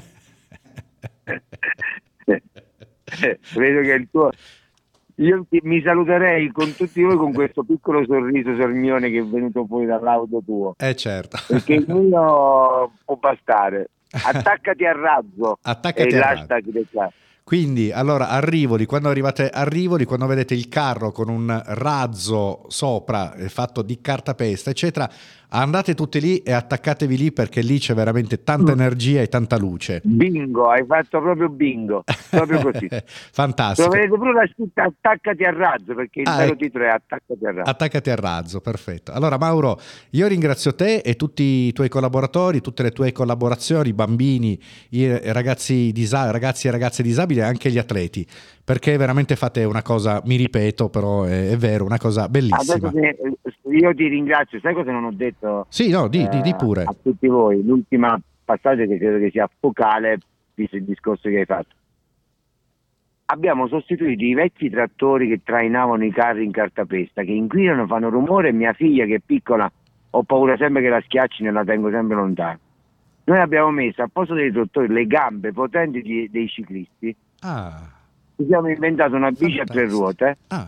C: Vedo che il tuo... Io ti, mi saluterei con tutti voi con questo piccolo sorriso sornione che è venuto fuori dall'auto tuo.
A: Eh certo.
C: Perché il mio può bastare. Attaccati al razzo.
A: Attaccati
C: è
A: al
C: l'hashtag del carro.
A: Quindi, allora, a Rivoli, quando arrivate a Rivoli, quando vedete il carro con un razzo sopra eh, fatto di cartapesta, eccetera, andate tutti lì e attaccatevi lì, perché lì c'è veramente tanta energia e tanta luce.
C: Bingo, hai fatto proprio bingo, proprio così.
A: Fantastico.
C: Troverete pure la scritta attaccati al razzo, perché il
A: Ah,
C: vero
A: ecco.
C: titolo è attaccati al razzo.
A: Attaccati al razzo, perfetto. Allora Mauro, io ringrazio te e tutti i tuoi collaboratori, tutte le tue collaborazioni, bambini, i ragazzi, disa- ragazzi e ragazze disabili e anche gli atleti, perché veramente fate una cosa, mi ripeto, però è, è vero, una cosa bellissima.
C: Adesso te- io ti ringrazio, sai cosa non ho detto?
A: Sì, no, di, di, di pure.
C: A tutti voi, l'ultima passaggio che credo che sia focale, visto il discorso che hai fatto. Abbiamo sostituito i vecchi trattori che trainavano i carri in cartapesta, che inquinano, fanno rumore, e mia figlia che è piccola ho paura sempre che la schiacci e la tengo sempre lontano. Noi abbiamo messo al posto dei trattori le gambe potenti di- dei ciclisti.
A: Ah,
C: Ci siamo inventato una bici a tre
A: fantastico.
C: ruote,
A: Ah,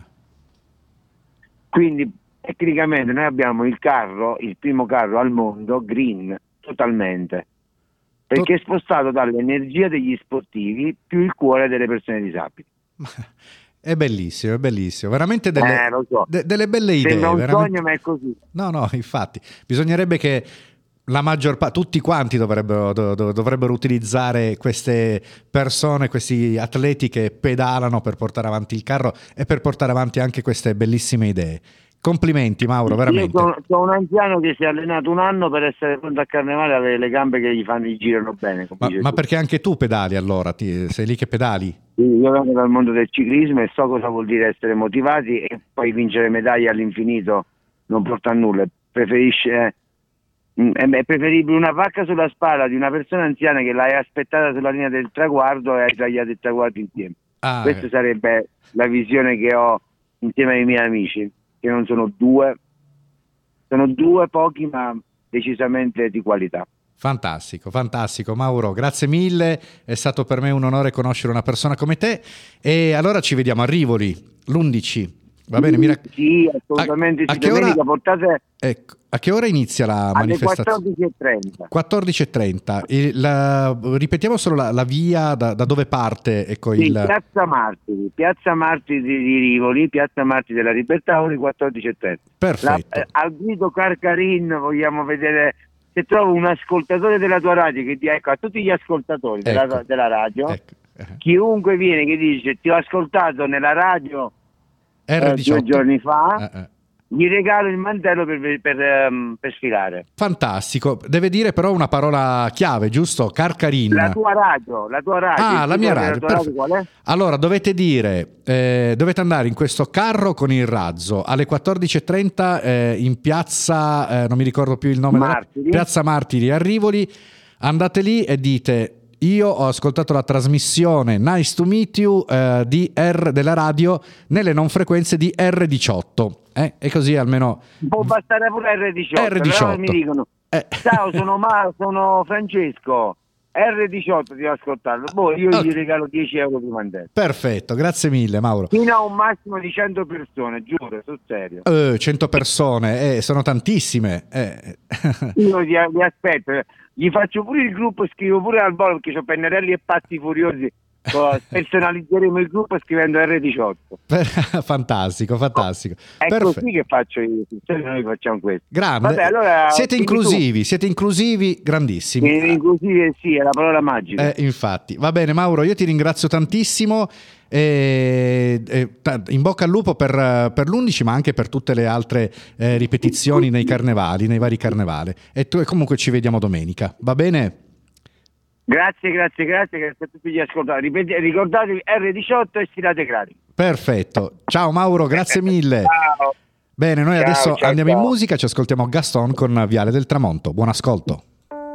C: quindi tecnicamente noi abbiamo il carro, il primo carro al mondo green totalmente, perché è spostato dall'energia degli sportivi più il cuore delle persone disabili.
A: è bellissimo, è bellissimo, veramente delle,
C: Eh, lo so.
A: de- delle belle idee.
C: Sembra un
A: veramente-
C: sogno, ma è così.
A: No, no, infatti, bisognerebbe che la maggior parte, tutti quanti dovrebbero, do- do- dovrebbero utilizzare queste persone, questi atleti che pedalano per portare avanti il carro e per portare avanti anche queste bellissime idee. Complimenti Mauro, veramente.
C: Io sono, sono un anziano che si è allenato un anno per essere pronto a carnevale e avere le gambe che gli fanno, gli girano bene. come
A: Ma,
C: dici
A: ma
C: tu.
A: perché anche tu pedali allora? Ti- sei lì che pedali?
C: Sì, io vengo dal mondo del ciclismo e so cosa vuol dire essere motivati, e poi vincere medaglie all'infinito non porta a nulla. Preferisce, mm, è preferibile una pacca sulla spalla di una persona anziana che l'hai aspettata sulla linea del traguardo e hai tagliato il traguardo insieme.
A: Ah,
C: Questa
A: eh.
C: sarebbe la visione che ho insieme ai miei amici, che non sono due, sono due pochi ma decisamente di qualità.
A: Fantastico, fantastico Mauro, grazie mille, è stato per me un onore conoscere una persona come te e allora ci vediamo a Rivoli l'undici, va bene? Mi rac-
C: Sì, assolutamente,
A: a, a
C: sì,
A: che ora,
C: domenica portate
A: ecco, a che ora inizia la
C: alle
A: manifestazione?
C: quattordici e trenta.
A: quattordici e trenta, e la, ripetiamo solo la, la via da, da dove parte, ecco
C: Sì,
A: il...
C: Piazza Martiri, Piazza Martiri di Rivoli, Piazza Martiri della Libertà, ore quattordici e trenta.
A: Perfetto.
C: La, eh, al Guido Carcarin vogliamo vedere se trovo un ascoltatore della tua radio che ti, ecco, a tutti gli ascoltatori della,
A: Ecco.
C: della radio,
A: Ecco. Eh.
C: chiunque viene che dice ti ho ascoltato nella radio eh,
A: R diciotto.
C: due giorni fa,
A: Eh, eh.
C: gli regalo il mantello per, per, um, per sfilare.
A: Fantastico, deve dire però una parola chiave, giusto? Carcarin.
C: La tua radio, la tua radio.
A: Ah,
C: il
A: la mia
C: titolo
A: radio,
C: della tua
A: perfetto.
C: qual è?
A: Allora dovete dire, eh, dovete andare in questo carro con il razzo alle quattordici e trenta eh, in piazza, eh, non mi ricordo più il nome, della-
C: Martiri.
A: piazza Martiri a Rivoli, andate lì e dite io ho ascoltato la trasmissione Nice to Meet You eh, di R della radio nelle non frequenze di R diciotto, eh? E così almeno...
C: Può bastare pure R diciotto,
A: R diciotto.
C: però mi dicono
A: Eh.
C: ciao, sono, Ma- sono Francesco, R diciotto ti ho ascoltato, boh, io
A: Ok.
C: gli regalo dieci euro di mantello.
A: Perfetto, grazie mille Mauro.
C: Fino a un massimo di cento persone, giuro, sul serio.
A: Eh, cento persone, eh, sono tantissime. Eh.
C: Io li, li aspetto, gli faccio pure il gruppo, scrivo pure al volo perché ho pennarelli e patti furiosi. Personalizzeremo il gruppo scrivendo R diciotto.
A: Fantastico, fantastico.
C: È
A: Perfetto.
C: così che faccio io, sul serio noi facciamo questo.
A: Grande.
C: Vabbè, allora,
A: siete
C: quindi
A: inclusivi, siete inclusivi, grandissimi.
C: tu- inclusive sì, è la parola magica.
A: Eh, infatti, va bene Mauro, io ti ringrazio tantissimo e, e ta- in bocca al lupo per, per l'undici ma anche per tutte le altre eh, ripetizioni nei carnevali, nei vari carnevali e tu e comunque ci vediamo domenica, va bene?
C: Grazie, grazie, grazie, grazie a tutti gli ascoltatori. Ripeti- ricordatevi R diciotto e stirate gradi.
A: Perfetto, ciao Mauro, grazie mille.
C: Ciao.
A: Bene, noi
C: Ciao,
A: adesso
C: ciao,
A: andiamo
C: ciao.
A: in musica, ci ascoltiamo Gaston con Viale del Tramonto, buon ascolto.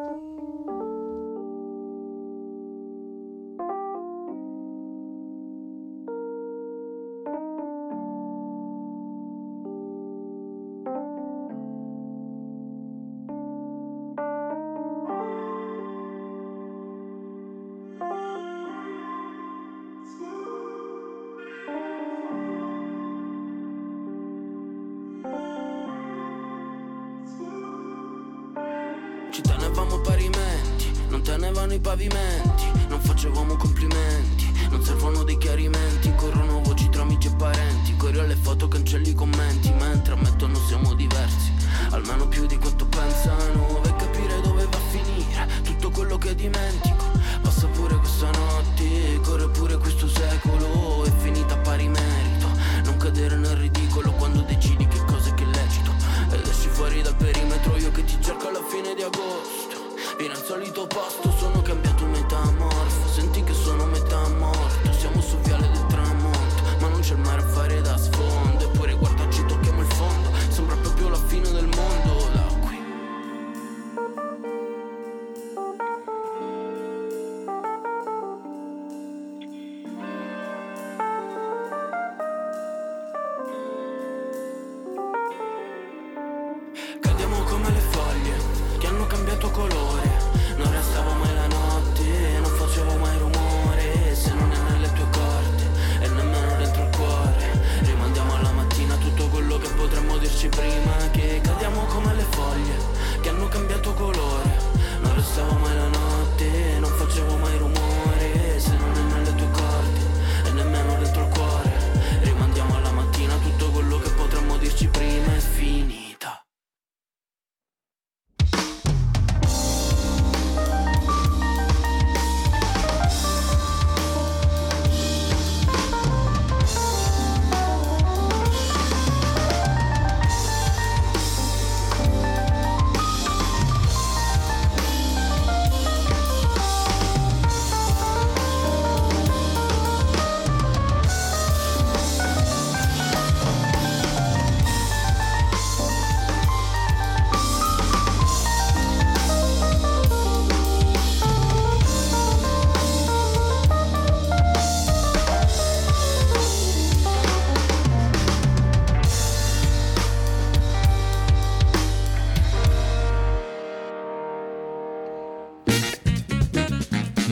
E: Ci tenevamo parimenti, non tenevano i pavimenti, non facevamo complimenti, non servono dei chiarimenti, corrono voci tra amici e parenti, corri alle foto, cancelli i commenti, mentre ammettono siamo diversi, almeno più di quanto pensano, vai a capire dove va a finire, tutto quello che dimentico, passa pure questa notte, corre pure questo secolo, è finita a pari merito, non cadere nel ridicolo quando decidi che cosa è che è lecito, ed esci fuori dal perimetro, io che ti cerco alla fine di agosto, vieni al solito posto, sono cambiato metamorfo, senti che sono metà morto, siamo sul viale del tramonto, ma non c'è il mare a fare da sfondo, eppure guardaci tocchiamo il fondo,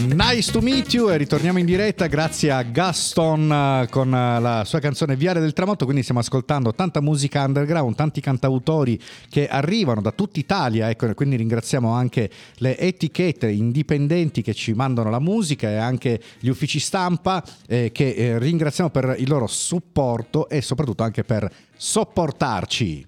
A: Nice to meet you, e ritorniamo in diretta grazie a Gaston uh, con uh, la sua canzone Viale del Tramonto. Quindi stiamo ascoltando tanta musica underground, tanti cantautori che arrivano da tutta Italia, ecco, quindi ringraziamo anche le etichette indipendenti che ci mandano la musica e anche gli uffici stampa eh, che eh, ringraziamo per il loro supporto e soprattutto anche per sopportarci.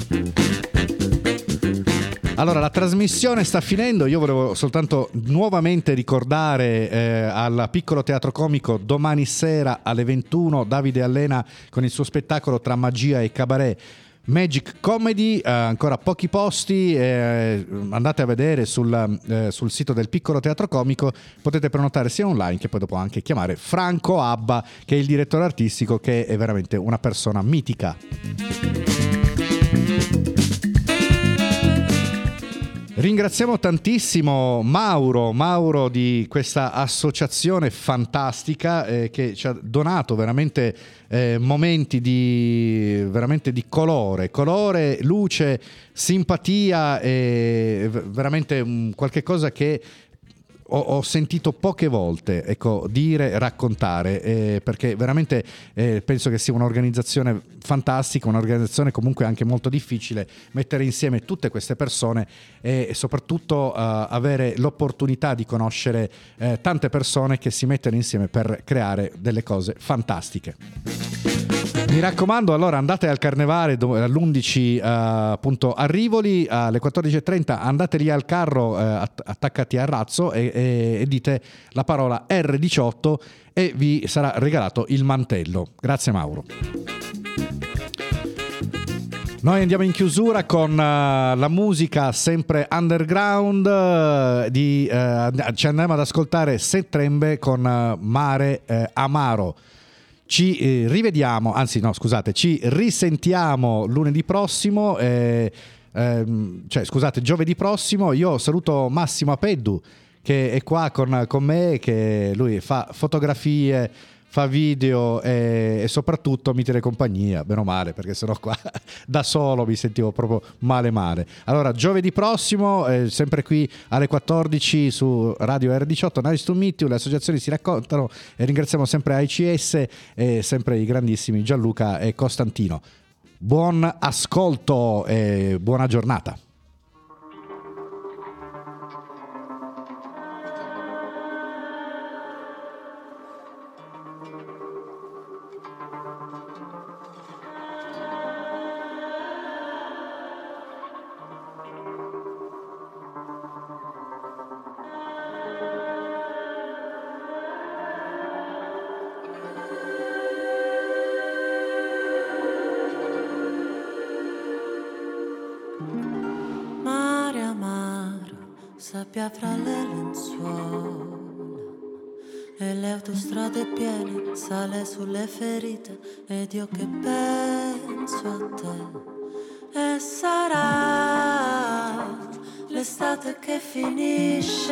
A: Allora, la trasmissione sta finendo, io volevo soltanto nuovamente ricordare eh, al Piccolo Teatro Comico domani sera alle ventuno Davide Allena con il suo spettacolo Tra magia e cabaret Magic Comedy, eh, ancora pochi posti, eh, andate a vedere sul, eh, sul sito del Piccolo Teatro Comico, potete prenotare sia online che poi dopo anche chiamare Franco Abba, che è il direttore artistico, che è veramente una persona mitica. Ringraziamo tantissimo Mauro, Mauro di questa associazione fantastica eh, che ci ha donato veramente eh, momenti di, veramente di colore, colore, luce, simpatia e veramente um, qualche cosa che Ho, ho sentito poche volte, ecco, dire, raccontare, eh, perché veramente eh, penso che sia un'organizzazione fantastica, un'organizzazione comunque anche molto difficile, mettere insieme tutte queste persone e, e soprattutto uh, avere l'opportunità di conoscere eh, tante persone che si mettono insieme per creare delle cose fantastiche. Mi raccomando, allora andate al Carnevale all'undici uh, appunto a Rivoli alle quattordici e trenta, andate lì al carro uh, attaccati al razzo e, e, e dite la parola erre diciotto e vi sarà regalato il mantello. Grazie Mauro. Noi andiamo in chiusura con uh, la musica sempre underground, uh, di, uh, ci andiamo ad ascoltare Settembre con uh, Mare uh, Amaro. Ci eh, rivediamo, anzi no scusate, ci risentiamo lunedì prossimo, eh, ehm, cioè scusate giovedì prossimo. Io saluto Massimo Apeddu che è qua con, con me, che lui fa fotografie, fa video e, e soprattutto mi tiene compagnia, meno male, perché sennò qua da solo mi sentivo proprio male male. Allora giovedì prossimo eh, sempre qui alle quattordici su Radio erre diciotto, Nice to meet you, le associazioni si raccontano, e ringraziamo sempre A I C S e sempre i grandissimi Gianluca e Costantino. Buon ascolto e buona giornata.
F: Sabbia fra le lenzuola e le autostrade piene, sale sulle ferite ed io che penso a te. E sarà l'estate che finisce,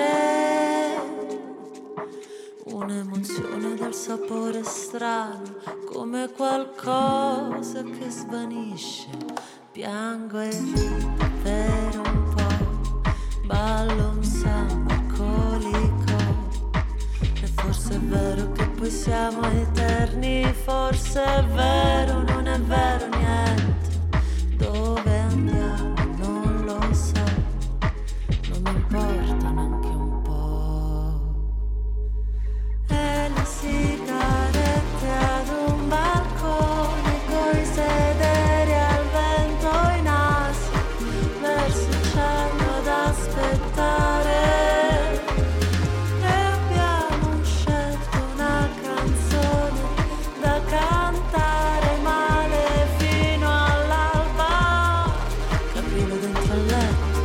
F: un'emozione dal sapore strano, come qualcosa che svanisce. Piango e rido per un po', ballo un samba alcolico, e forse è vero che poi siamo eterni, forse è vero, non è vero niente. Dove andiamo non lo so, non mi importa neanche un po'. E le sigarette ad un balcone coi sederi al vento in asia, verso il cielo ad aspettare, e abbiamo scelto una canzone da cantare male fino all'alba, capire dentro al letto.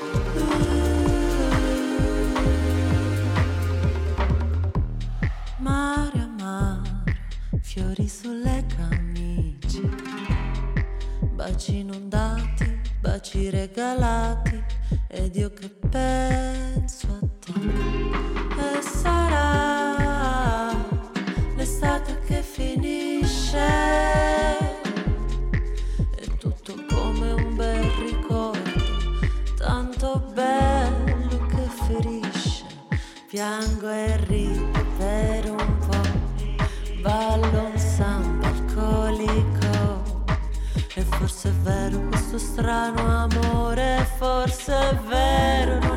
F: uh. Mare amaro, fiori sulle camicie, baci inondati, baci regalati, ed io che penso a te. E sarà l'estate che finisce, è tutto come un bel ricordo, tanto bello che ferisce. piango e rido per un po', ballo un samba alcolico. E forse è vero questo strano amore, forse è vero.